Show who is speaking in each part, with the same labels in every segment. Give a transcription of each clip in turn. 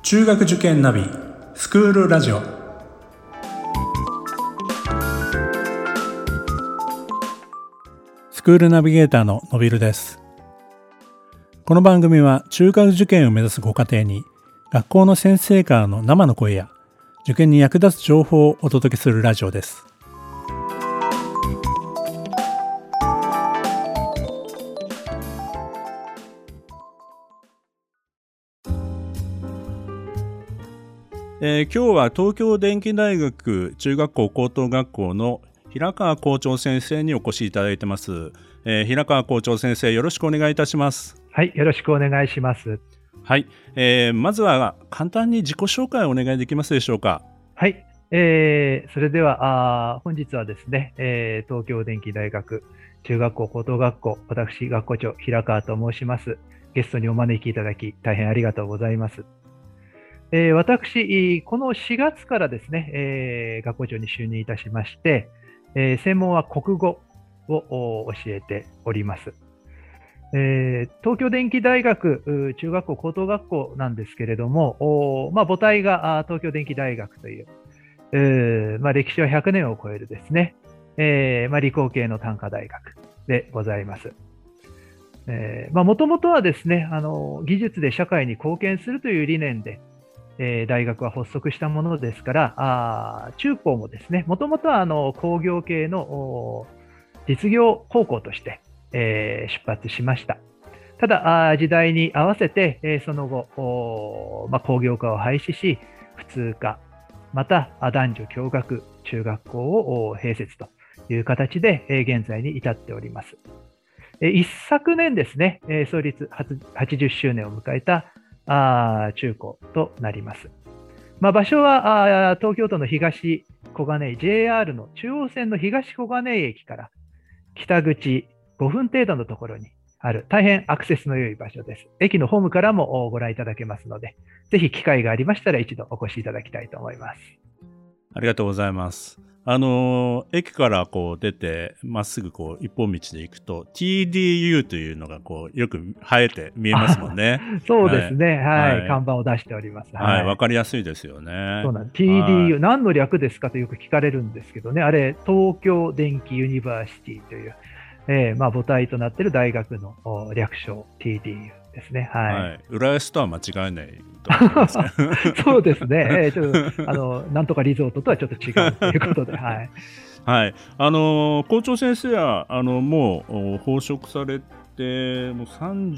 Speaker 1: 中学受験ナビスクールラジオ。スクールナビゲーターののびるです。この番組は中学受験を目指すご家庭に学校の先生からの生の声や受験に役立つ情報をお届けするラジオです。今日は東京電機大学中学校高等学校の平川校長先生にお越しいただいてます。平川校長先生、よろしくお願いいたします。
Speaker 2: はい、よろしくお願いします。
Speaker 1: はい、まずは簡単に自己紹介をお願いできますでしょうか。
Speaker 2: はい、それでは本日はですね、東京電機大学中学校高等学校、私学校長平川と申します。ゲストにお招きいただき大変ありがとうございます。私、この4月からですね、学校長に就任いたしまして、専門は国語を教えております。東京電機大学中学校高等学校なんですけれども、母体が東京電機大学という、歴史は100年を超えるですね、理工系の単科大学でございます。もともとはですね、技術で社会に貢献するという理念で大学は発足したものですから、中高もですね、もともとは工業系の実業高校として、出発しました。ただ時代に合わせて、その後工業科を廃止し、普通科また男女共学中学校を併設という形で、現在に至っております。一昨年ですね、創立80周年を迎えた中高となります。場所は東京都の東小金井 JR の中央線の東小金井駅から北口5分程度のところにある大変アクセスの良い場所です。駅のホームからもご覧いただけますので、ぜひ機会がありましたら一度お越しいただきたいと思います。
Speaker 1: ありがとうございます。駅から出てまっすぐ一本道で行くと TDU というのがよく生えて見えますもんね。
Speaker 2: そうですね、はい、看板を出しております。
Speaker 1: はい、わかりやすいですよね。
Speaker 2: そうなんです。TDU、何の略ですかとよく聞かれるんですけどね、あれ東京電機ユニバーシティという、母体となっている大学の略称 TDU ですね。はい。
Speaker 1: 浦安とは間違いないと思います、ね。
Speaker 2: そうですね。ちょっとなんとかリゾートとはちょっと違うということで、はい。
Speaker 1: はい。校長先生はもう奉職されてもう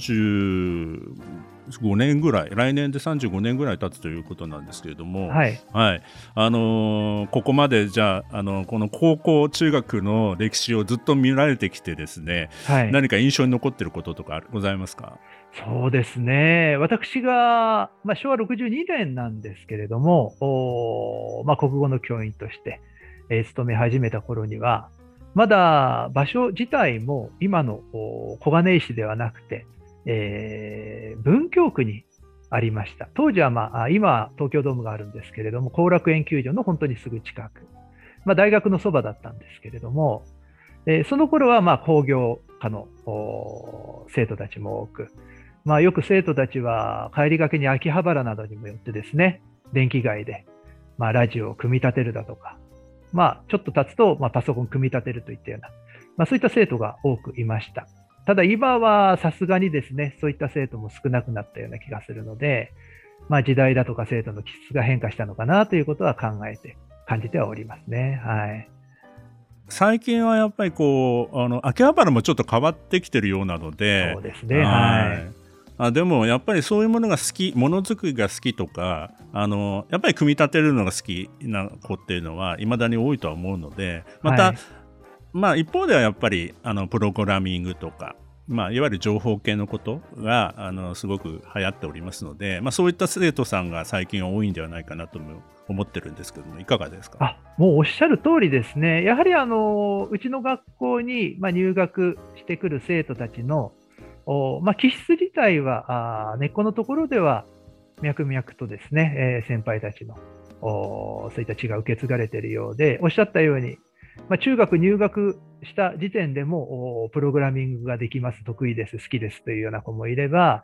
Speaker 1: 35年ぐらい、来年で35年ぐらい経つということなんですけれども、
Speaker 2: はい。
Speaker 1: はい。ここまでじゃあこの高校中学の歴史をずっと見られてきてですね、
Speaker 2: はい、
Speaker 1: 何か印象に残っていることとかございますか？
Speaker 2: そうですね。私が、昭和62年なんですけれども、国語の教員として、勤め始めた頃には、まだ場所自体も今の小金井市ではなくて、文京区にありました。当時は、今東京ドームがあるんですけれども、後楽園球場の本当にすぐ近く、大学のそばだったんですけれども、その頃は工業科の生徒たちも多く、よく生徒たちは帰りがけに秋葉原などにもよってですね、電気街で、ラジオを組み立てるだとか、ちょっと経つと、パソコン組み立てるといったような、そういった生徒が多くいました。ただ今はさすがにですね、そういった生徒も少なくなったような気がするので、時代だとか生徒の気質が変化したのかなということは考えて感じてはおりますね。はい。
Speaker 1: 最近はやっぱり秋葉原もちょっと変わってきてるようなので、
Speaker 2: そうですね。はい。
Speaker 1: でもやっぱりそういうものが好き、ものづくりが好きとか、やっぱり組み立てるのが好きな子っていうのは未だに多いとは思うので、また、一方ではやっぱりプログラミングとか、いわゆる情報系のことがすごく流行っておりますので、そういった生徒さんが最近は多いんではないかなと思ってるんですけども、いかがですか？
Speaker 2: もうおっしゃる通りですね。やはりうちの学校に入学してくる生徒たちの気質自体は根っこのところでは脈々とですね、先輩たちのそういった血が受け継がれているようで、おっしゃったように、中学入学した時点でもプログラミングができます、得意です、好きですというような子もいれば、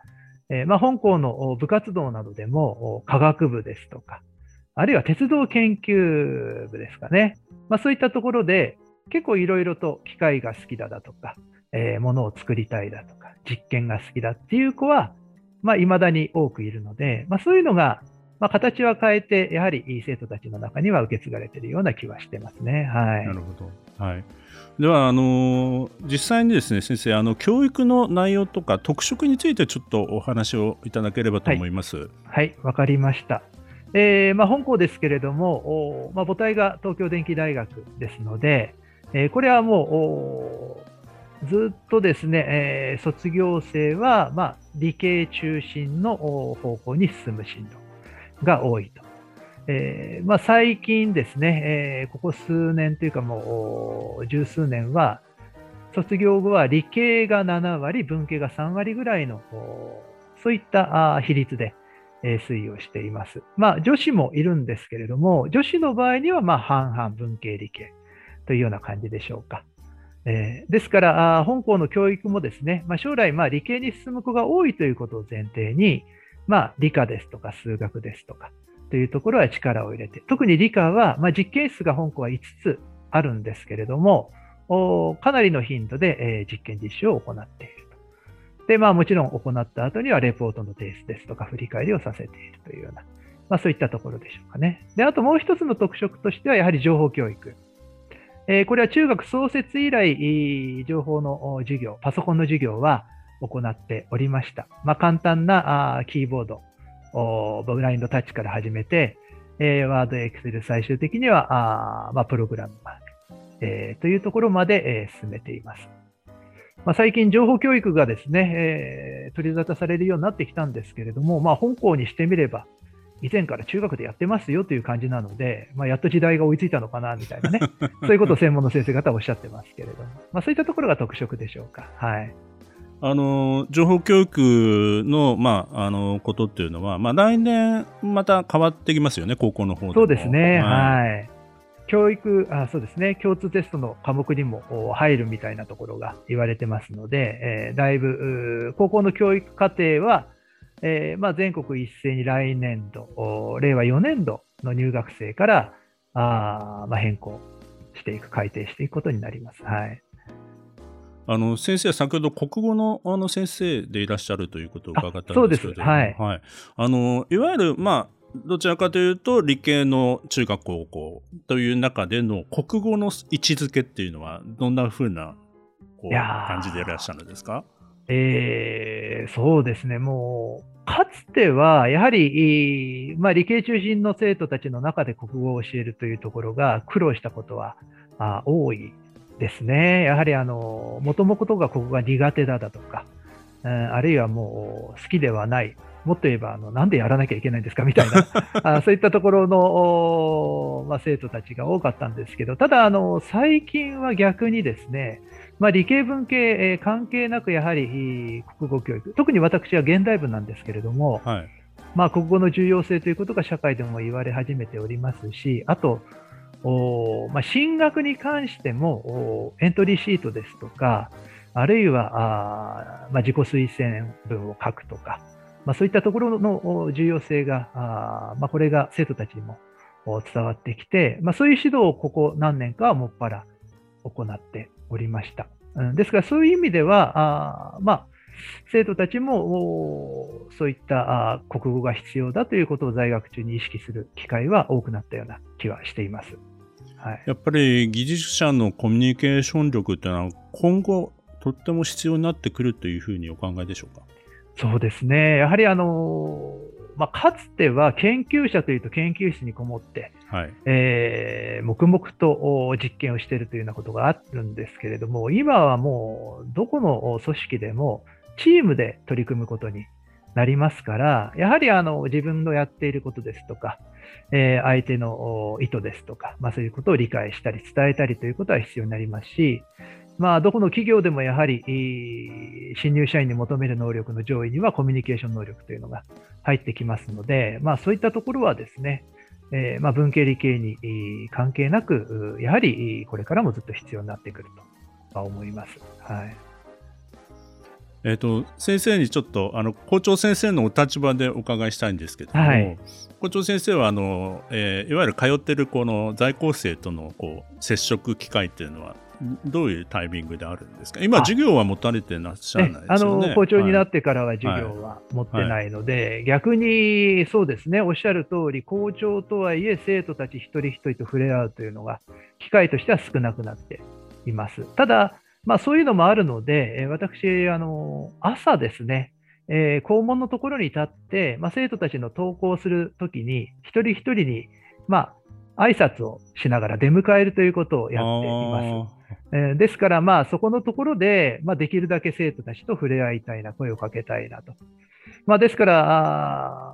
Speaker 2: 本校の部活動などでも科学部ですとか、あるいは鉄道研究部ですかね。そういったところで結構いろいろと機械が好きだとか、ものを作りたいだとか、実験が好きだっていう子は、未だに多くいるので、そういうのが、形は変えて、やはり生徒たちの中には受け継がれているような気はしてますね。はい。
Speaker 1: なるほど。はい。では、実際にですね、先生、教育の内容とか特色についてちょっとお話をいただければと
Speaker 2: はい。
Speaker 1: 思います。
Speaker 2: はい、わかりました。本校ですけれども、母体が東京電機大学ですので、これはもうずっとですね、卒業生は、理系中心の方向に進む進路が多いと。最近ですね、ここ数年というかもう十数年は、卒業後は理系が7割、文系が3割ぐらいの、そういった比率で、推移をしています。女子もいるんですけれども、女子の場合には半々文系理系というような感じでしょうか。ですから、本校の教育もですね、将来理系に進む子が多いということを前提に、理科ですとか数学ですとかというところは力を入れて、特に理科は、実験室が本校は5つあるんですけれども、かなりの頻度で、実験実習を行っていると。で、もちろん行った後にはレポートの提出ですとか振り返りをさせているというような、そういったところでしょうかね。で、あともう一つの特色としては、やはり情報教育。これは中学創設以来、情報の授業、パソコンの授業は行っておりました。簡単なキーボード、ブラインドタッチから始めて、ワード、エクセル、最終的にはプログラムまで、というところまで、進めています。最近、情報教育がですね、取り沙汰されるようになってきたんですけれども、本校にしてみれば、以前から中学でやってますよという感じなので、やっと時代が追いついたのかなみたいなね、そういうことを専門の先生方はおっしゃってますけれども、そういったところが特色でしょうか。はい。
Speaker 1: 情報教育の、ことっていうのは、来年また変わってきますよね、高校の方でも。
Speaker 2: そうですね。
Speaker 1: はい。
Speaker 2: はい。教育、そうですね。共通テストの科目にも入るみたいなところが言われてますので、だいぶ、高校の教育課程は、全国一斉に来年度、令和4年度の入学生から変更していく、改定していくことになります。はい。
Speaker 1: 先生は先ほど国語の先生でいらっしゃるということを伺った
Speaker 2: そうです。
Speaker 1: んですけれども、
Speaker 2: はい。
Speaker 1: はい。いわゆる、どちらかというと理系の中学高校という中での国語の位置づけっていうのはどんな風な感じでいらっしゃるんですか？
Speaker 2: そうですね。もう、かつては、やはり、理系中心の生徒たちの中で国語を教えるというところが苦労したことは多いですね。やはり、もともとが国語が苦手だとか、あるいはもう好きではない。もっと言えば、なんでやらなきゃいけないんですかみたいな、そういったところの、生徒たちが多かったんですけど、ただ、最近は逆にですね、理系文系、関係なくやはり国語教育、特に私は現代文なんですけれども、
Speaker 1: はい。
Speaker 2: 国語の重要性ということが社会でも言われ始めておりますし、あと、進学に関してもエントリーシートですとか、あるいは自己推薦文を書くとか、そういったところの重要性が、これが生徒たちにも伝わってきて、そういう指導をここ何年かはもっぱら行っておりました。ですからそういう意味では、生徒たちもそういった国語が必要だということを在学中に意識する機会は多くなったような気はしています。はい、
Speaker 1: やっぱり技術者のコミュニケーション力っていうのは今後とっても必要になってくるというふうにお考えでしょうか？
Speaker 2: そうですね。やはりかつては研究者というと研究室にこもって、
Speaker 1: はい。
Speaker 2: 黙々と実験をしているというようなことがあるんですけれども、今はもうどこの組織でもチームで取り組むことになりますから、やはり自分のやっていることですとか、相手の意図ですとか、そういうことを理解したり伝えたりということは必要になりますし、どこの企業でもやはり新入社員に求める能力の上位にはコミュニケーション能力というのが入ってきますので、そういったところはですね、文系理系に関係なく、やはりこれからもずっと必要になってくると思います。はい。
Speaker 1: 先生にちょっと校長先生のお立場でお伺いしたいんですけども、はい、校長先生はいわゆる通ってるこの在校生との接触機会っていうのはどういうタイミングであるんですか？今授業は持たれてらっしゃらないですよね。
Speaker 2: 校長になってからは授業は持ってないので、逆にそうですね、おっしゃる通り、校長とはいえ生徒たち一人一人と触れ合うというのが機会としては少なくなっています。ただそういうのもあるので、私、朝ですね、校門のところに立って、生徒たちの登校するときに、一人一人に、挨拶をしながら出迎えるということをやっています。ですから、そこのところで、できるだけ生徒たちと触れ合いたいな、声をかけたいなと。ですから、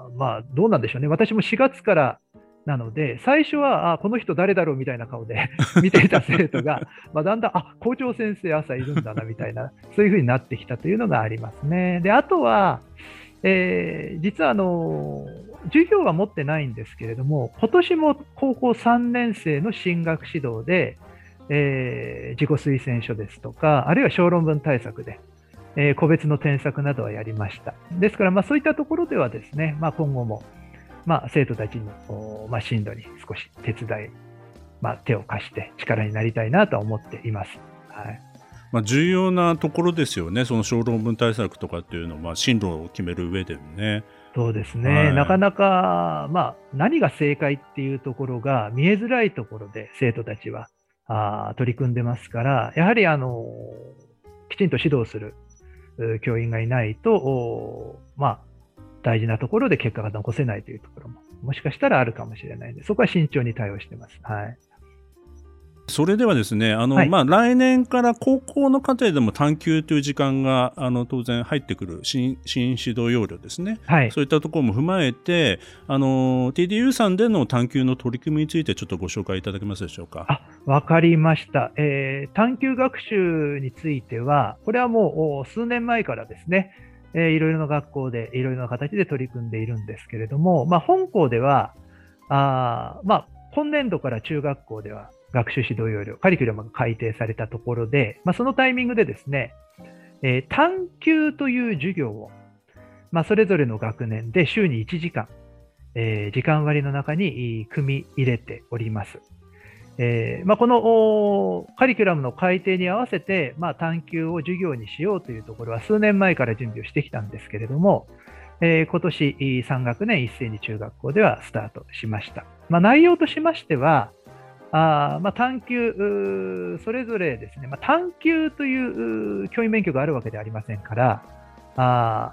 Speaker 2: どうなんでしょうね。私も4月からなので、最初はこの人誰だろうみたいな顔で見ていた生徒が、だんだん校長先生朝いるんだなみたいな、そういうふうになってきたというのがありますね。で、あとは、実は授業は持ってないんですけれども、今年も高校3年生の進学指導で、自己推薦書ですとか、あるいは小論文対策で、個別の添削などはやりました。ですから、そういったところではですね、今後も生徒たちの、進路に少し手伝い、手を貸して力になりたいなと思っています。はい。
Speaker 1: 重要なところですよね、その小論文対策とかっていうのは、進路を決める上でもね。
Speaker 2: そうですね、なかなか、何が正解っていうところが見えづらいところで生徒たちは取り組んでますから、やはりきちんと指導する教員がいないと、大事なところで結果が残せないというところももしかしたらあるかもしれないので、そこは慎重に対応しています。はい。
Speaker 1: それではですね、来年から高校の課程でも探究という時間が当然入ってくる新指導要領ですね、はい、そういったところも踏まえてTDU さんでの探究の取り組みについてちょっとご紹介いただけますでしょうか。
Speaker 2: わかりました。探究学習については、これはもう数年前からですね、いろいろな学校でいろいろな形で取り組んでいるんですけれども、本校では今年度から中学校では学習指導要領、カリキュラムが改定されたところで、そのタイミングでですね、探究という授業を、それぞれの学年で週に1時間、時間割の中に組み入れております。このカリキュラムの改定に合わせて、探究を授業にしようというところは数年前から準備をしてきたんですけれども、今年3学年一斉に中学校ではスタートしました。内容としましては、探究、それぞれですね、探究という教員免許があるわけではありませんから、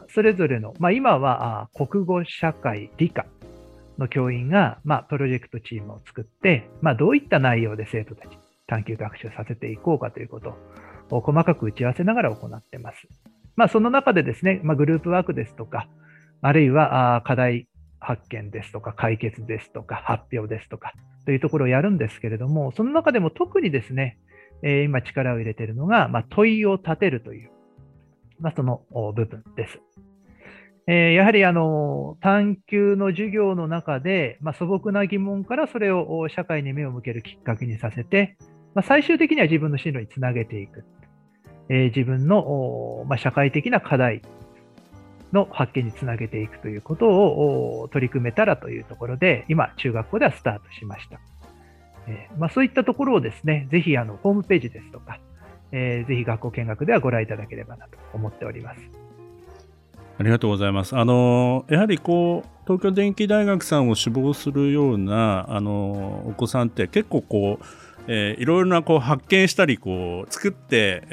Speaker 2: それぞれの、今は国語、社会、理科の教員が、プロジェクトチームを作って、どういった内容で生徒たち探究学習させていこうかということを細かく打ち合わせながら行っています。その中でですね、グループワークですとか、あるいは課題発見ですとか解決ですとか発表ですとかというところをやるんですけれども、その中でも特にですね、今力を入れているのが、問いを立てるという、その部分です。やはり探究の授業の中で、素朴な疑問からそれを社会に目を向けるきっかけにさせて、最終的には自分の進路につなげていく、自分の社会的な課題の発見につなげていくということを取り組めたらというところで、今中学校ではスタートしました。そういったところをですね、ぜひホームページですとか、ぜひ学校見学ではご覧いただければなと思っております。
Speaker 1: ありがとうございます。やはり東京電機大学さんを志望するようなお子さんって結構いろいろな発見したり作って、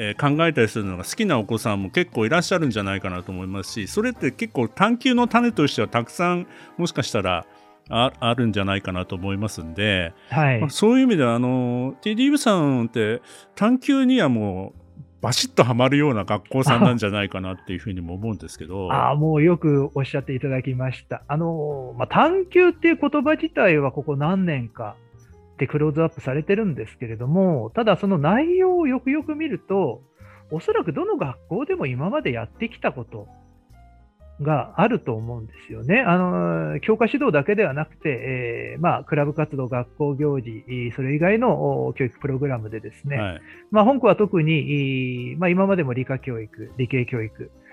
Speaker 1: 考えたりするのが好きなお子さんも結構いらっしゃるんじゃないかなと思いますし、それって結構探究の種としてはたくさんもしかしたらあるんじゃないかなと思いますんで、はい、そういう意味ではTDU さんって探究にはもうバシッとはまるような学校さんなんじゃないかなっていうふうにも思うんですけど。
Speaker 2: もうよくおっしゃっていただきました。探究っていう言葉自体はここ何年かでクローズアップされてるんですけれども、ただその内容をよくよく見ると、おそらくどの学校でも今までやってきたことがあると思うんですよね。教科指導だけではなくて、クラブ活動、学校行事、それ以外の教育プログラムでですね、はい、本校は特に、今までも理科教育、理系教育、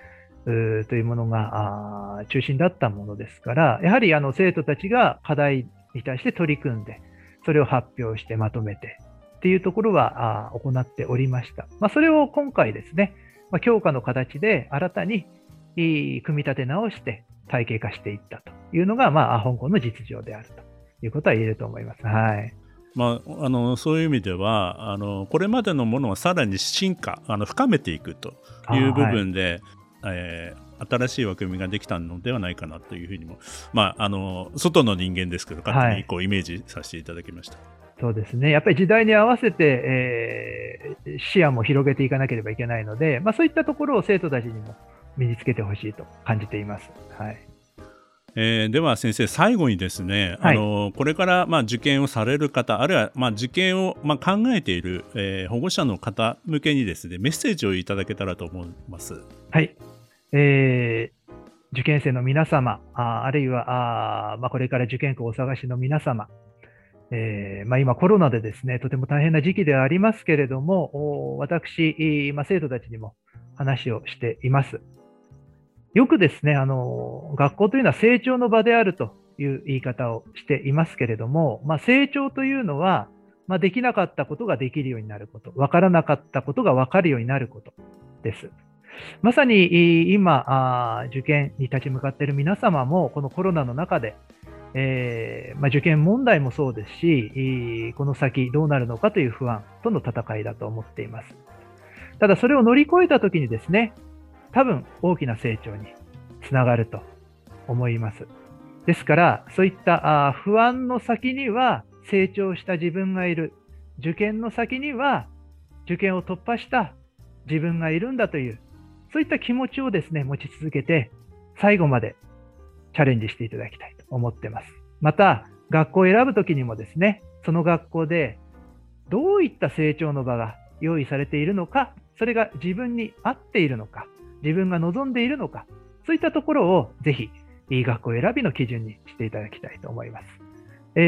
Speaker 2: というものが中心だったものですから、やはり生徒たちが課題に対して取り組んで、それを発表してまとめてっていうところは行っておりました。それを今回ですね、教科の形で新たに組み立て直して体系化していったというのが、香港の実情であるということは言えると思います。はい。
Speaker 1: そういう意味ではこれまでのものをさらに進化深めていくという部分で、新しい枠組みができたのではないかなというふうにも、外の人間ですけど勝手にこうイメージさせていただきました。
Speaker 2: そうですね。やっぱり時代に合わせて、視野も広げていかなければいけないので、そういったところを生徒たちにも身につけてほしいと感じています。はい。
Speaker 1: では先生、最後にですね、これから受験をされる方、あるいは受験を考えている、保護者の方向けにですね、メッセージをいただけたらと思います。
Speaker 2: はい。受験生の皆様、あるいはこれから受験校をお探しの皆様、今コロナでですね、とても大変な時期ではありますけれども、私、生徒たちにも話をしています。よくですね、学校というのは成長の場であるという言い方をしていますけれども、成長というのは、できなかったことができるようになること、わからなかったことがわかるようになることです。まさに今、受験に立ち向かっている皆様も、このコロナの中で、受験問題もそうですし、この先どうなるのかという不安との戦いだと思っています。ただそれを乗り越えたときにですね、多分大きな成長につながると思います。ですからそういった不安の先には成長した自分がいる、受験の先には受験を突破した自分がいるんだという、そういった気持ちをですね持ち続けて最後までチャレンジしていただきたいと思っています。また学校を選ぶときにもですね、その学校でどういった成長の場が用意されているのか、それが自分に合っているのか、自分が望んでいるのか、そういったところをぜひいい学校選びの基準にしていただきたいと思います。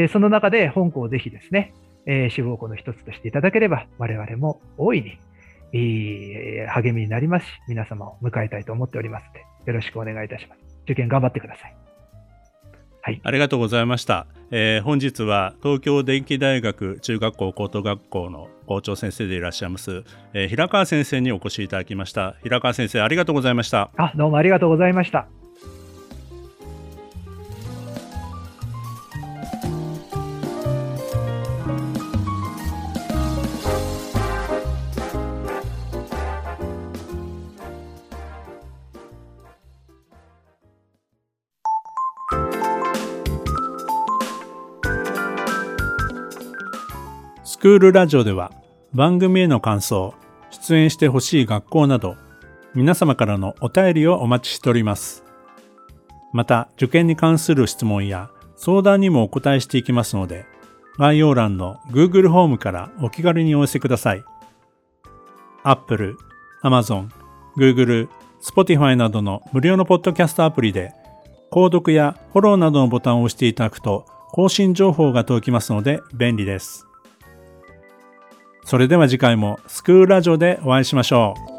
Speaker 2: その中で本校をぜひですね、志望校の一つとしていただければ我々も大いに励みになりますし、皆様を迎えたいと思っておりますので、よろしくお願いいたします。受験頑張ってください。
Speaker 1: はい、ありがとうございました。本日は東京電機大学中学校高等学校の校長先生でいらっしゃいます、平川先生にお越しいただきました。平川先生、ありがとうございました。
Speaker 2: どうもありがとうございました。
Speaker 1: スクールラジオでは番組への感想、出演してほしい学校など皆様からのお便りをお待ちしております。また受験に関する質問や相談にもお答えしていきますので、概要欄の Google ホームからお気軽にお寄せください。Apple、Amazon、Google、Spotify などの無料のポッドキャストアプリで購読やフォローなどのボタンを押していただくと更新情報が届きますので便利です。それでは次回もスクールラジオでお会いしましょう。